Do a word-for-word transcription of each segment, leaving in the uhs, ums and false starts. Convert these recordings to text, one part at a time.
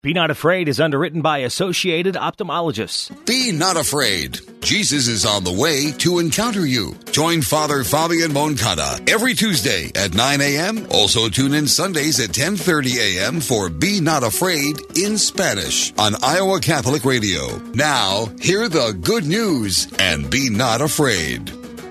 Be Not Afraid is underwritten by Associated Ophthalmologists. Be not afraid. Jesus is on the way to encounter you. Join Father Fabian Moncada every Tuesday at nine a.m. Also tune in Sundays at ten thirty a.m. for Be Not Afraid in Spanish on Iowa Catholic Radio. Now, hear the good news and be not afraid.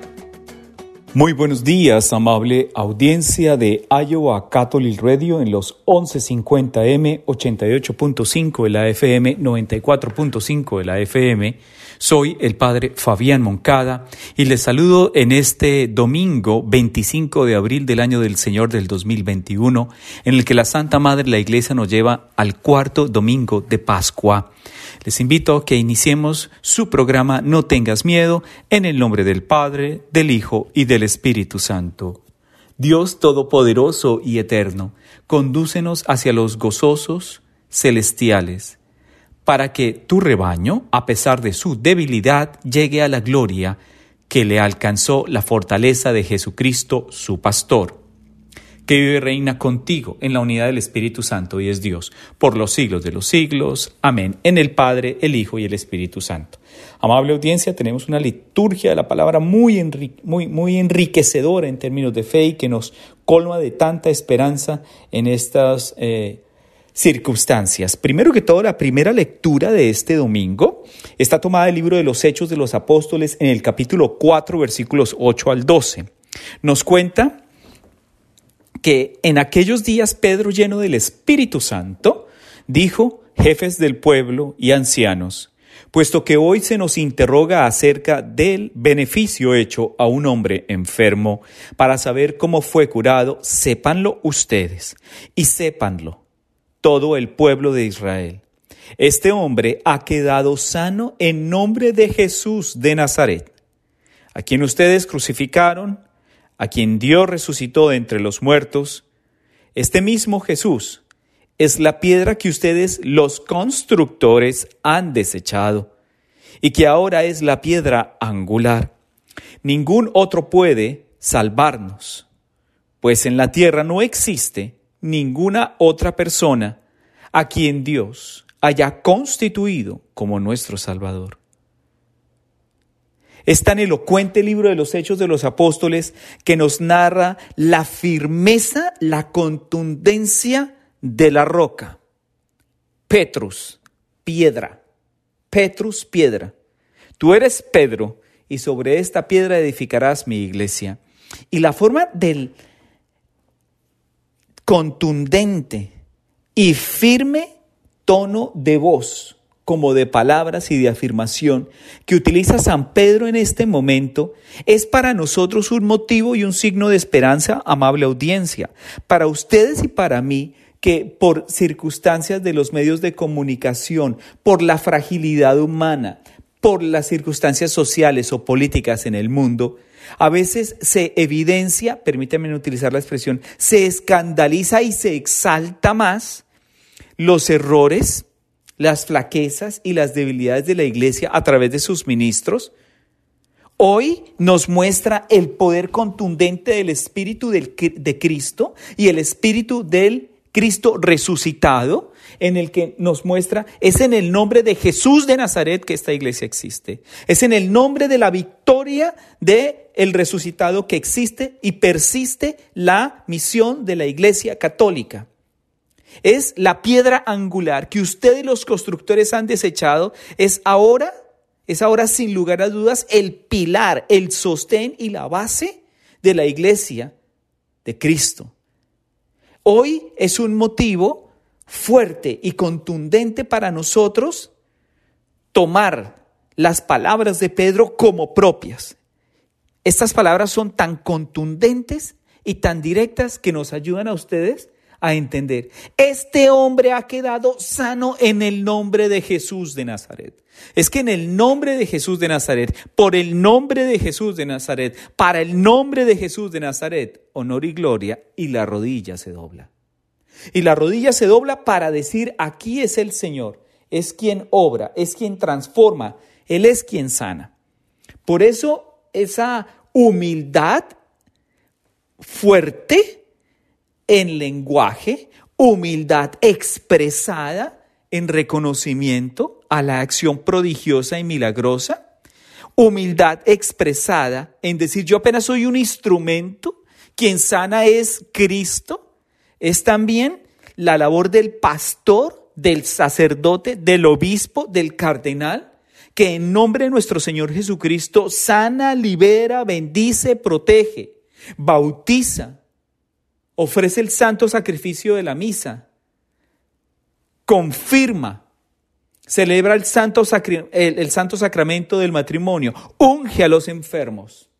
Muy buenos días, amable audiencia de Iowa Catholic Radio en los once cincuenta eme, ochenta y ocho punto cinco de la F M, noventa y cuatro punto cinco de la F M. Soy el Padre Fabián Moncada y les saludo en este domingo veinticinco de abril del año del Señor del dos mil veintiuno, en el que la Santa Madre de la Iglesia nos lleva al cuarto domingo de Pascua. Les invito a que iniciemos su programa No tengas miedo, en el nombre del Padre, del Hijo y del Espíritu Santo. Dios Todopoderoso y Eterno, condúcenos hacia los gozosos celestiales, para que tu rebaño, a pesar de su debilidad, llegue a la gloria que le alcanzó la fortaleza de Jesucristo, su pastor, que vive y reina contigo en la unidad del Espíritu Santo y es Dios, por los siglos de los siglos. Amén. En el Padre, el Hijo y el Espíritu Santo. Amable audiencia, tenemos una liturgia de la palabra muy, enri- muy, muy enriquecedora en términos de fe y que nos colma de tanta esperanza en estas eh, circunstancias. Primero que todo, la primera lectura de este domingo está tomada del libro de los Hechos de los Apóstoles en el capítulo cuatro, versículos ocho al doce. Nos cuenta que en aquellos días Pedro, lleno del Espíritu Santo, dijo: jefes del pueblo y ancianos, puesto que hoy se nos interroga acerca del beneficio hecho a un hombre enfermo, para saber cómo fue curado, sépanlo ustedes y sépanlo todo el pueblo de Israel. Este hombre ha quedado sano en nombre de Jesús de Nazaret, a quien ustedes crucificaron, a quien Dios resucitó de entre los muertos. Este mismo Jesús es la piedra que ustedes, los constructores, han desechado y que ahora es la piedra angular. Ningún otro puede salvarnos, pues en la tierra no existe ninguna otra persona a quien Dios haya constituido como nuestro Salvador. Es tan elocuente el libro de los Hechos de los Apóstoles que nos narra la firmeza, la contundencia de la roca. Petrus, piedra. Petrus, piedra. Tú eres Pedro, y sobre esta piedra edificarás mi iglesia. Y la forma del contundente y firme tono de voz, como de palabras y de afirmación, que utiliza San Pedro en este momento, es para nosotros un motivo y un signo de esperanza, amable audiencia, para ustedes y para mí, que por circunstancias de los medios de comunicación, por la fragilidad humana, por las circunstancias sociales o políticas en el mundo, a veces se evidencia, permítanme utilizar la expresión, se escandaliza y se exalta más los errores, las flaquezas y las debilidades de la iglesia a través de sus ministros. Hoy nos muestra el poder contundente del Espíritu del, de Cristo y el Espíritu del Cristo resucitado, en el que nos muestra, es en el nombre de Jesús de Nazaret que esta iglesia existe. Es en el nombre de la victoria del resucitado que existe y persiste la misión de la iglesia católica. Es la piedra angular que ustedes los constructores han desechado, es ahora, es ahora sin lugar a dudas el pilar, el sostén y la base de la iglesia de Cristo. Hoy es un motivo fuerte y contundente para nosotros tomar las palabras de Pedro como propias. Estas palabras son tan contundentes y tan directas que nos ayudan a ustedes a entender. Este hombre ha quedado sano en el nombre de Jesús de Nazaret. Es que en el nombre de Jesús de Nazaret, por el nombre de Jesús de Nazaret, para el nombre de Jesús de Nazaret, honor y gloria, y la rodilla se dobla. Y la rodilla se dobla para decir, aquí es el Señor, es quien obra, es quien transforma, Él es quien sana. Por eso esa humildad fuerte en lenguaje, humildad expresada en reconocimiento a la acción prodigiosa y milagrosa. Humildad expresada en decir yo apenas soy un instrumento, quien sana es Cristo. Es también la labor del pastor, del sacerdote, del obispo, del cardenal, que en nombre de nuestro Señor Jesucristo sana, libera, bendice, protege, bautiza, ofrece el santo sacrificio de la misa, confirma, celebra el santo, sacri- el, el santo sacramento del matrimonio, unge a los enfermos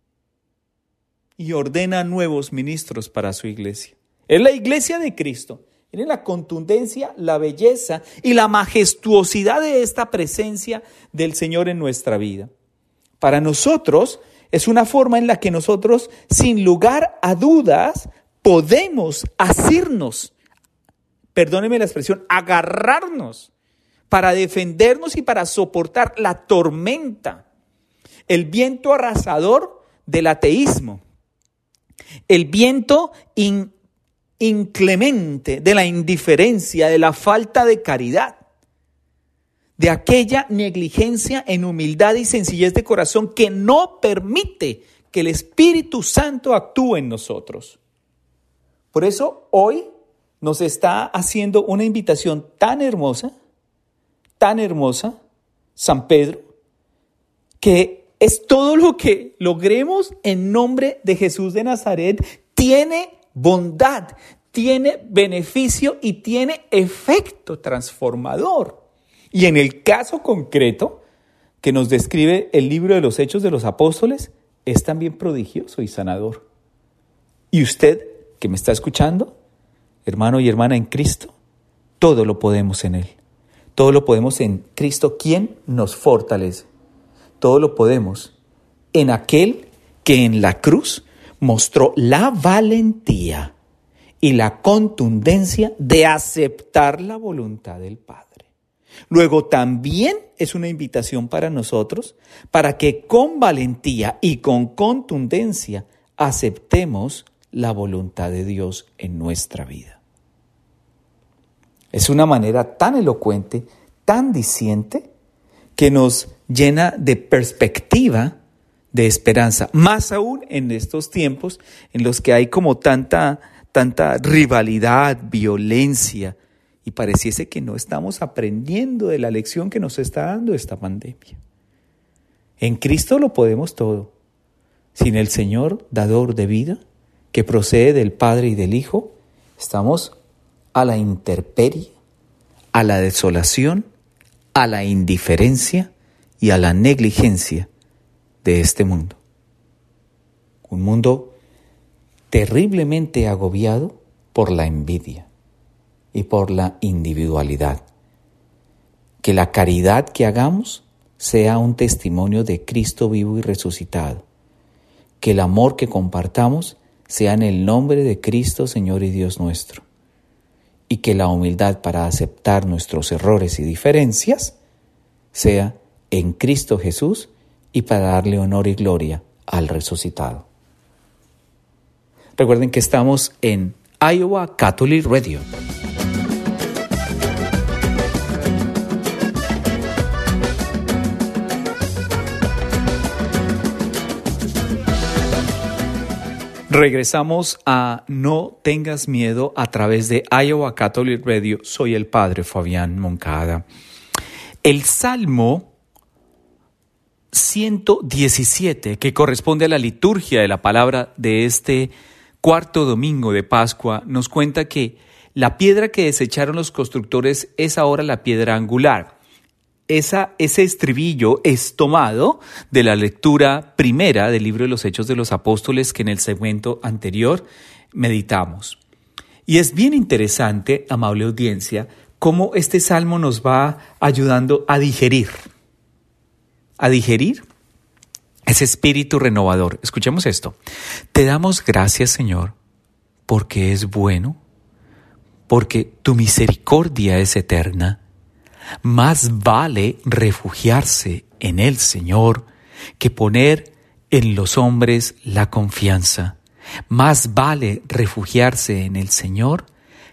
y ordena nuevos ministros para su iglesia. Es la iglesia de Cristo. Miren la contundencia, la belleza y la majestuosidad de esta presencia del Señor en nuestra vida. Para nosotros es una forma en la que nosotros, sin lugar a dudas, podemos asirnos, perdónenme la expresión, agarrarnos para defendernos y para soportar la tormenta, el viento arrasador del ateísmo, el viento in, inclemente de la indiferencia, de la falta de caridad, de aquella negligencia en humildad y sencillez de corazón que no permite que el Espíritu Santo actúe en nosotros. Por eso hoy nos está haciendo una invitación tan hermosa, tan hermosa, San Pedro, que es todo lo que logremos en nombre de Jesús de Nazaret, tiene bondad, tiene beneficio y tiene efecto transformador. Y en el caso concreto que nos describe el libro de los Hechos de los Apóstoles, es también prodigioso y sanador. Y usted que me está escuchando, hermano y hermana en Cristo, todo lo podemos en Él. Todo lo podemos en Cristo, quien nos fortalece. Todo lo podemos en aquel que en la cruz mostró la valentía y la contundencia de aceptar la voluntad del Padre. Luego también es una invitación para nosotros para que con valentía y con contundencia aceptemos la voluntad de Dios en nuestra vida. Es una manera tan elocuente, tan diciente, que nos llena de perspectiva, de esperanza, más aún en estos tiempos en los que hay como tanta, tanta rivalidad, violencia, y pareciese que no estamos aprendiendo de la lección que nos está dando esta pandemia. En Cristo lo podemos todo. Sin el Señor, dador de vida, que procede del Padre y del Hijo, estamos a la intemperie, a la desolación, a la indiferencia y a la negligencia de este mundo. Un mundo terriblemente agobiado por la envidia y por la individualidad. Que la caridad que hagamos sea un testimonio de Cristo vivo y resucitado. Que el amor que compartamos sea en el nombre de Cristo, Señor y Dios nuestro. Y que la humildad para aceptar nuestros errores y diferencias sea en Cristo Jesús y para darle honor y gloria al resucitado. Recuerden que estamos en Iowa Catholic Radio. Regresamos a No Tengas Miedo a través de Iowa Catholic Radio. Soy el Padre Fabián Moncada. El Salmo ciento diecisiete, que corresponde a la liturgia de la palabra de este cuarto domingo de Pascua, nos cuenta que la piedra que desecharon los constructores es ahora la piedra angular. Esa, ese estribillo es tomado de la lectura primera del libro de los Hechos de los Apóstoles que en el segmento anterior meditamos. Y es bien interesante, amable audiencia, cómo este salmo nos va ayudando a digerir, a digerir ese espíritu renovador. Escuchemos esto. Te damos gracias, Señor, porque es bueno, porque tu misericordia es eterna. Más vale refugiarse en el Señor que poner en los hombres la confianza. Más vale refugiarse en el Señor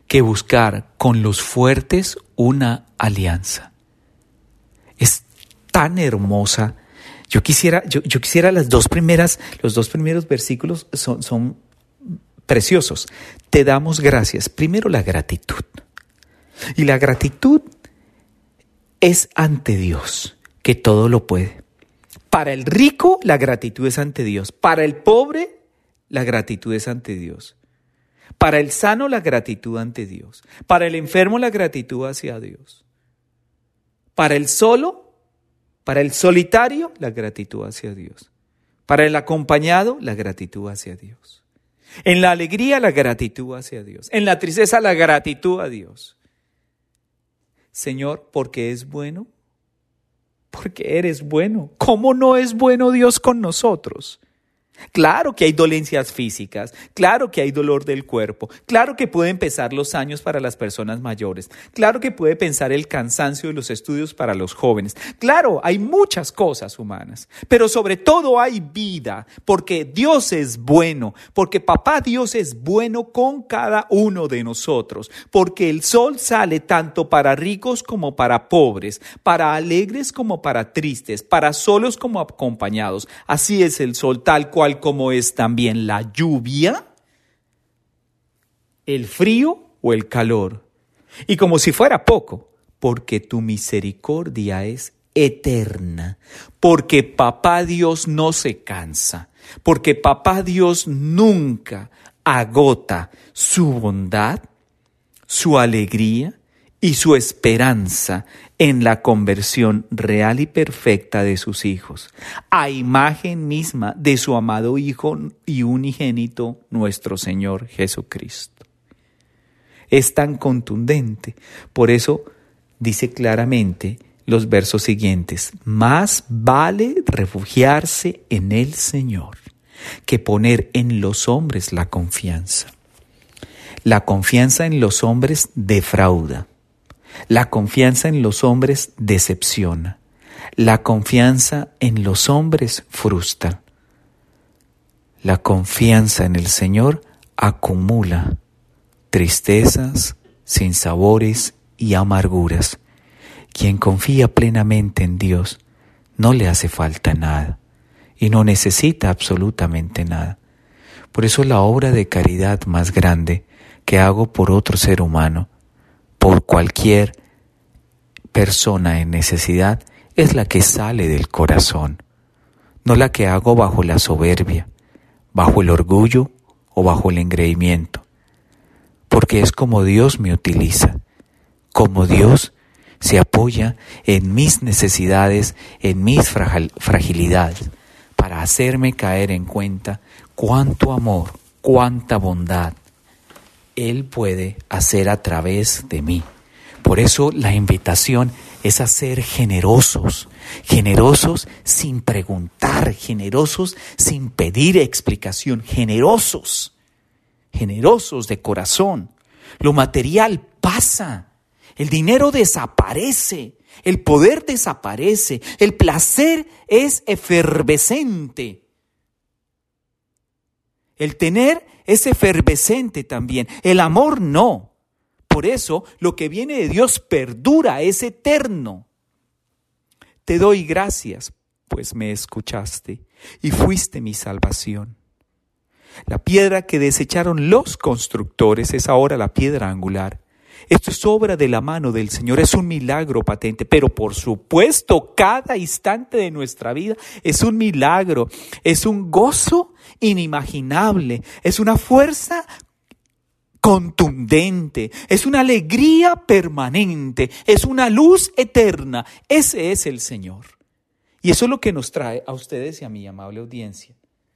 que buscar con los fuertes una alianza. Es tan hermosa. Yo quisiera, yo, yo quisiera las dos primeras, los dos primeros versículos son, son preciosos. Te damos gracias. Primero la gratitud. Y la gratitud es ante Dios, que todo lo puede. Para el rico, la gratitud es ante Dios. Para el pobre, la gratitud es ante Dios. Para el sano, la gratitud ante Dios. Para el enfermo, la gratitud hacia Dios. Para el solo, para el solitario, la gratitud hacia Dios. Para el acompañado, la gratitud hacia Dios. En la alegría, la gratitud hacia Dios. En la tristeza, la gratitud a Dios. Señor, porque es bueno, porque eres bueno. ¿Cómo no es bueno Dios con nosotros? Claro que hay dolencias físicas, claro que hay dolor del cuerpo, claro que pueden pesar los años para las personas mayores, claro que puede pensar el cansancio de los estudios para los jóvenes. Claro, hay muchas cosas humanas, pero sobre todo hay vida, porque Dios es bueno, porque Papá Dios es bueno con cada uno de nosotros, porque el sol sale tanto para ricos como para pobres, para alegres como para tristes, para solos como acompañados. Así es el sol, tal cual como es también la lluvia, el frío o el calor. Y como si fuera poco, porque tu misericordia es eterna, porque Papá Dios no se cansa, porque Papá Dios nunca agota su bondad, su alegría y su esperanza en la conversión real y perfecta de sus hijos, a imagen misma de su amado Hijo y unigénito, nuestro Señor Jesucristo. Es tan contundente, por eso dice claramente los versos siguientes: más vale refugiarse en el Señor que poner en los hombres la confianza. La confianza en los hombres defrauda. La confianza en los hombres decepciona. La confianza en los hombres frustra. La confianza en el Señor acumula tristezas, sinsabores y amarguras. Quien confía plenamente en Dios no le hace falta nada y no necesita absolutamente nada. Por eso la obra de caridad más grande que hago por otro ser humano, por cualquier persona en necesidad, es la que sale del corazón, no la que hago bajo la soberbia, bajo el orgullo o bajo el engreimiento, porque es como Dios me utiliza, como Dios se apoya en mis necesidades, en mis fragilidades, para hacerme caer en cuenta cuánto amor, cuánta bondad Él puede hacer a través de mí. Por eso la invitación es a ser generosos, generosos sin preguntar, generosos sin pedir explicación, generosos, generosos de corazón. Lo material pasa, el dinero desaparece, el poder desaparece, el placer es efervescente. El tener es efervescente también, el amor no. Por eso lo que viene de Dios perdura, es eterno. Te doy gracias, pues me escuchaste y fuiste mi salvación. La piedra que desecharon los constructores es ahora la piedra angular. Esto es obra de la mano del Señor, es un milagro patente, pero por supuesto cada instante de nuestra vida es un milagro, es un gozo inimaginable, es una fuerza contundente, es una alegría permanente, es una luz eterna. Ese es el Señor. Y eso es lo que nos trae a ustedes y a mi amable audiencia.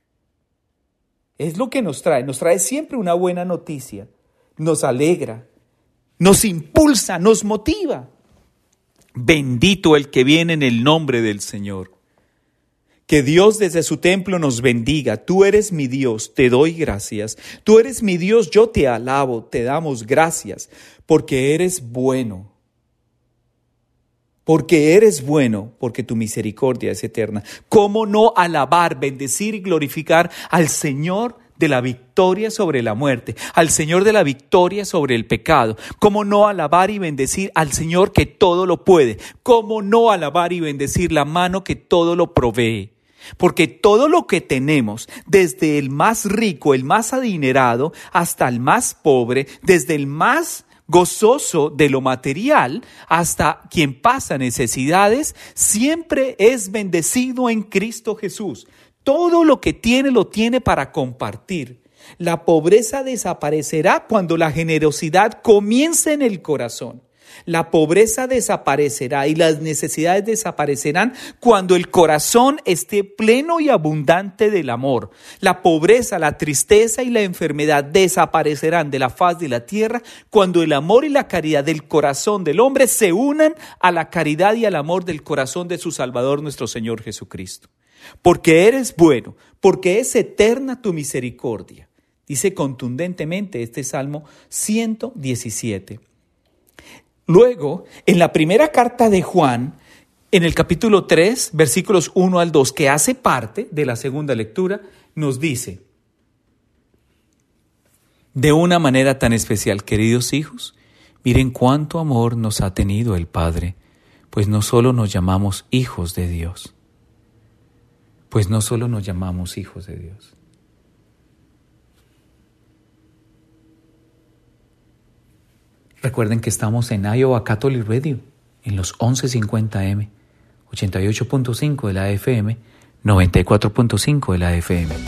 Es lo que nos trae, nos trae siempre una buena noticia, nos alegra, nos impulsa, nos motiva. Bendito el que viene en el nombre del Señor. Que Dios desde su templo nos bendiga. Tú eres mi Dios, te doy gracias. Tú eres mi Dios, yo te alabo, te damos gracias, porque eres bueno. Porque eres bueno, porque tu misericordia es eterna. ¿Cómo no alabar, bendecir y glorificar al Señor de la victoria sobre la muerte, al Señor de la victoria sobre el pecado. ¿Cómo no alabar y bendecir al Señor que todo lo puede? ¿Cómo no alabar y bendecir la mano que todo lo provee? Porque todo lo que tenemos, desde el más rico, el más adinerado, hasta el más pobre, desde el más gozoso de lo material hasta quien pasa necesidades, siempre es bendecido en Cristo Jesús. Todo lo que tiene lo tiene para compartir. La pobreza desaparecerá cuando la generosidad comience en el corazón. La pobreza desaparecerá y las necesidades desaparecerán cuando el corazón esté pleno y abundante del amor. La pobreza, la tristeza y la enfermedad desaparecerán de la faz de la tierra cuando el amor y la caridad del corazón del hombre se unan a la caridad y al amor del corazón de su Salvador, nuestro Señor Jesucristo. Porque eres bueno, porque es eterna tu misericordia. Dice contundentemente este Salmo ciento diecisiete. Luego, en la primera carta de Juan, en el capítulo tres, versículos uno al dos, que hace parte de la segunda lectura, nos dice, de una manera tan especial, queridos hijos, miren cuánto amor nos ha tenido el Padre, pues no solo nos llamamos hijos de Dios, pues no solo nos llamamos hijos de Dios. Recuerden que estamos en Iowa Catholic Radio, en los once cincuenta eme, ochenta y ocho punto cinco de la F M, noventa y cuatro punto cinco de la F M.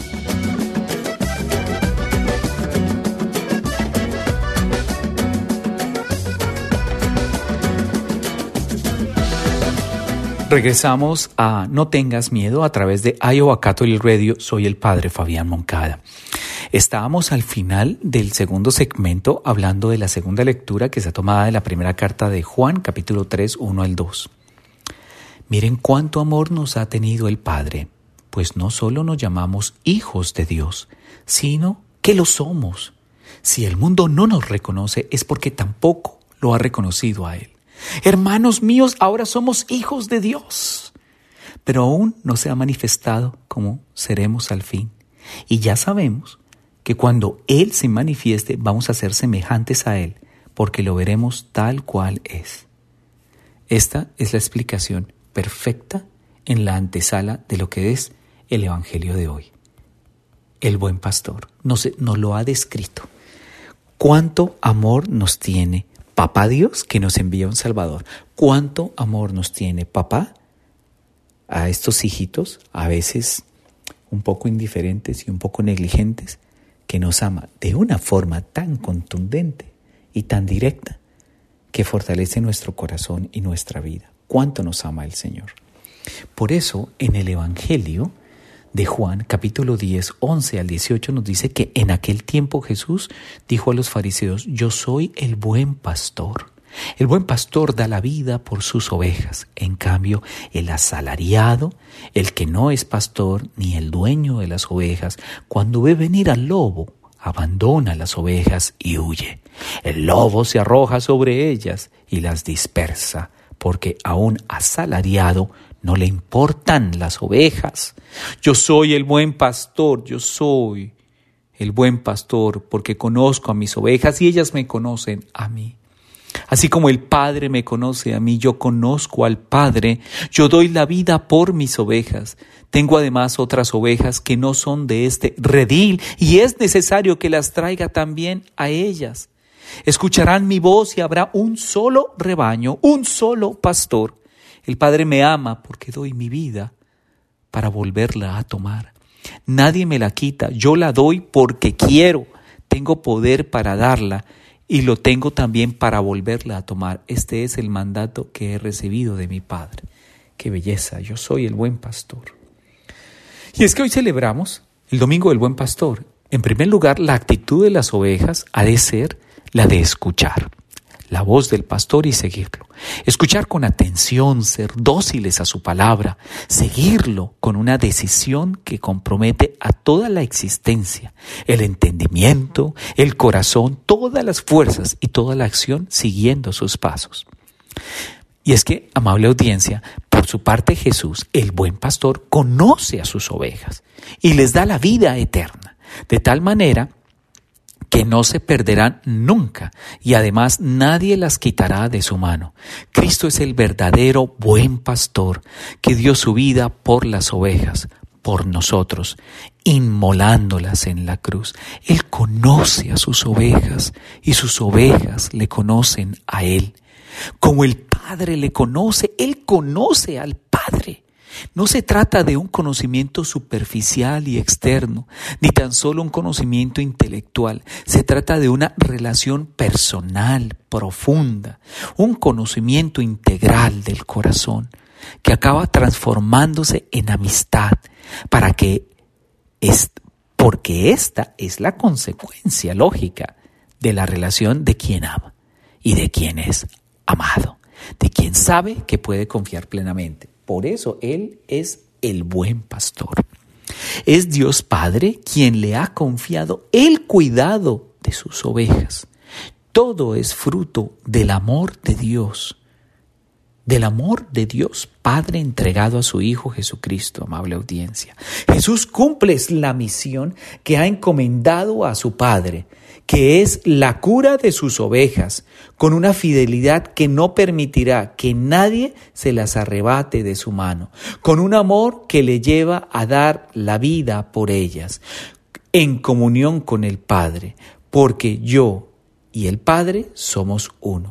Regresamos a No Tengas Miedo a través de Iowa Catholic Radio. Soy el Padre Fabián Moncada. Estábamos al final del segundo segmento hablando de la segunda lectura que está tomada de la primera carta de Juan, capítulo tres, uno al dos. Miren cuánto amor nos ha tenido el Padre, pues no solo nos llamamos hijos de Dios, sino que lo somos. Si el mundo no nos reconoce es porque tampoco lo ha reconocido a Él. Hermanos míos, ahora somos hijos de Dios, pero aún no se ha manifestado como seremos al fin. Y ya sabemos que cuando Él se manifieste vamos a ser semejantes a Él, porque lo veremos tal cual es. Esta es la explicación perfecta en la antesala de lo que es el Evangelio de hoy. El buen pastor nos, nos lo ha descrito. Cuánto amor nos tiene Papá Dios que nos envía un Salvador. Cuánto amor nos tiene Papá a estos hijitos, a veces un poco indiferentes y un poco negligentes, que nos ama de una forma tan contundente y tan directa que fortalece nuestro corazón y nuestra vida. Cuánto nos ama el Señor. Por eso, en el Evangelio de Juan, capítulo diez, once al dieciocho, nos dice que en aquel tiempo Jesús dijo a los fariseos: yo soy el buen pastor. El buen pastor da la vida por sus ovejas. En cambio, el asalariado, el que no es pastor ni el dueño de las ovejas, cuando ve venir al lobo, abandona las ovejas y huye. El lobo se arroja sobre ellas y las dispersa, porque a un asalariado no le importan las ovejas. Yo soy el buen pastor, yo soy el buen pastor, porque conozco a mis ovejas y ellas me conocen a mí. Así como el Padre me conoce a mí, yo conozco al Padre, yo doy la vida por mis ovejas. Tengo además otras ovejas que no son de este redil y es necesario que las traiga también a ellas. Escucharán mi voz y habrá un solo rebaño, un solo pastor. El Padre me ama porque doy mi vida para volverla a tomar. Nadie me la quita, yo la doy porque quiero. Tengo poder para darla y lo tengo también para volverla a tomar. Este es el mandato que he recibido de mi Padre. ¡Qué belleza! Yo soy el buen pastor. Y es que hoy celebramos el Domingo del Buen Pastor. En primer lugar, la actitud de las ovejas ha de ser la de escuchar la voz del pastor y seguirlo. Escuchar con atención, ser dóciles a su palabra, seguirlo con una decisión que compromete a toda la existencia, el entendimiento, el corazón, todas las fuerzas y toda la acción siguiendo sus pasos. Y es que, amable audiencia, por su parte Jesús, el buen pastor, conoce a sus ovejas y les da la vida eterna. de tal manera que no se perderán nunca y además nadie las quitará de su mano. Cristo es el verdadero buen pastor que dio su vida por las ovejas, por nosotros, inmolándolas en la cruz. Él conoce a sus ovejas y sus ovejas le conocen a Él. Como el Padre le conoce, Él conoce al Padre. No se trata de un conocimiento superficial y externo, ni tan solo un conocimiento intelectual. Se trata de una relación personal, profunda, un conocimiento integral del corazón que acaba transformándose en amistad, para que es, porque esta es la consecuencia lógica de la relación de quien ama y de quien es amado, de quien sabe que puede confiar plenamente. Por eso Él es el buen pastor. Es Dios Padre quien le ha confiado el cuidado de sus ovejas. Todo es fruto del amor de Dios, del amor de Dios Padre entregado a su Hijo Jesucristo, amable audiencia. Jesús cumple la misión que ha encomendado a su Padre, que es la cura de sus ovejas, con una fidelidad que no permitirá que nadie se las arrebate de su mano, con un amor que le lleva a dar la vida por ellas, en comunión con el Padre, porque yo y el Padre somos uno.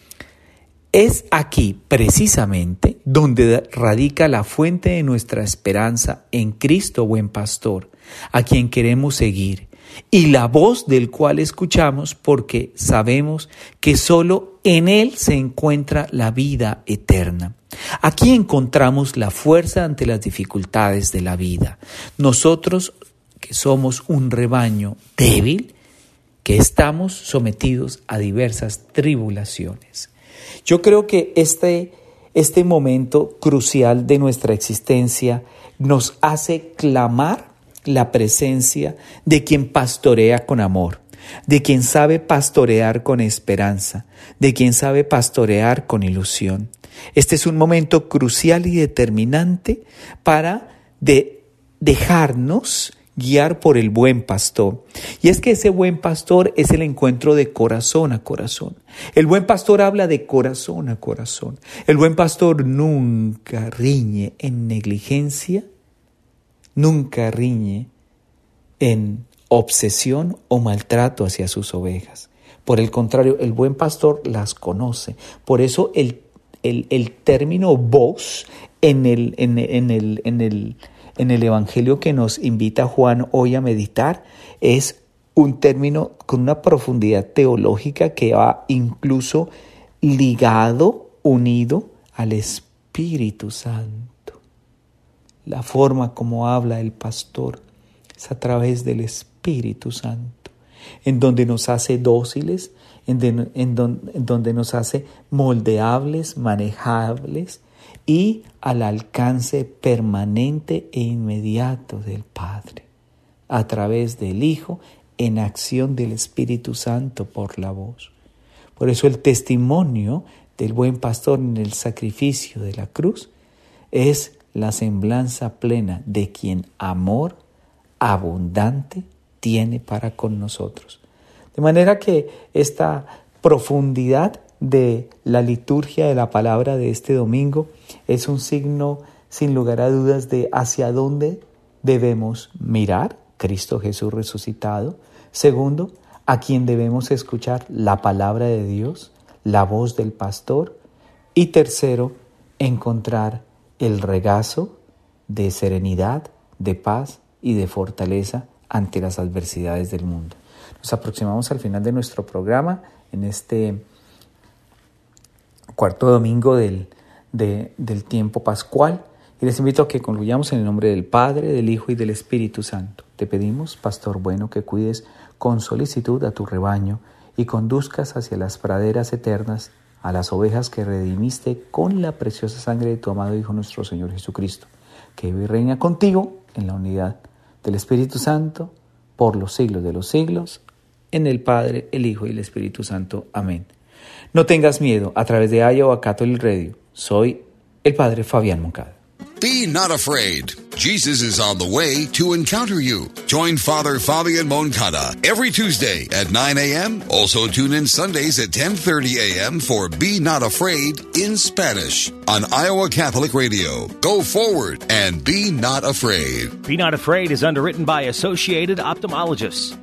Es aquí precisamente donde radica la fuente de nuestra esperanza en Cristo buen pastor, a quien queremos seguir, y la voz del cual escuchamos porque sabemos que solo en Él se encuentra la vida eterna. Aquí encontramos la fuerza ante las dificultades de la vida. Nosotros, que somos un rebaño débil, que estamos sometidos a diversas tribulaciones. Yo creo que este, este momento crucial de nuestra existencia nos hace clamar la presencia de quien pastorea con amor, de quien sabe pastorear con esperanza, de quien sabe pastorear con ilusión. Este es un momento crucial y determinante para de dejarnos guiar por el buen pastor. Y es que ese buen pastor es el encuentro de corazón a corazón. El buen pastor habla de corazón a corazón. El buen pastor nunca riñe en negligencia, nunca riñe en obsesión o maltrato hacia sus ovejas. Por el contrario, el buen pastor las conoce. Por eso el, el, el término voz en el, en, en el, en el En el Evangelio que nos invita Juan hoy a meditar es un término con una profundidad teológica que va incluso ligado, unido al Espíritu Santo. La forma como habla el pastor es a través del Espíritu Santo, en donde nos hace dóciles, en, de, en, don, en donde nos hace moldeables, manejables, y al alcance permanente e inmediato del Padre, a través del Hijo, en acción del Espíritu Santo por la voz. Por eso el testimonio del buen pastor en el sacrificio de la cruz es la semblanza plena de quien amor abundante tiene para con nosotros. De manera que esta profundidad de la liturgia de la palabra de este domingo es un signo sin lugar a dudas de hacia dónde debemos mirar, Cristo Jesús resucitado. Segundo, a quien debemos escuchar, la palabra de Dios, la voz del pastor. Y tercero, encontrar el regazo de serenidad, de paz y de fortaleza ante las adversidades del mundo. Nos aproximamos al final de nuestro programa en este cuarto domingo del, de, del tiempo pascual, y les invito a que concluyamos en el nombre del Padre, del Hijo y del Espíritu Santo. Te pedimos, Pastor bueno, que cuides con solicitud a tu rebaño y conduzcas hacia las praderas eternas a las ovejas que redimiste con la preciosa sangre de tu amado Hijo nuestro Señor Jesucristo, que vive y reina contigo en la unidad del Espíritu Santo por los siglos de los siglos, en el Padre, el Hijo y el Espíritu Santo. Amén. No tengas miedo, a través de Iowa Catholic Radio. Soy el Padre Fabián Moncada. Be not afraid. Jesus is on the way to encounter you. Join Father Fabian Moncada every Tuesday at nine a.m. Also tune in Sundays at ten thirty a.m. for Be Not Afraid in Spanish on Iowa Catholic Radio. Go forward and be not afraid. Be Not Afraid is underwritten by Associated Ophthalmologists.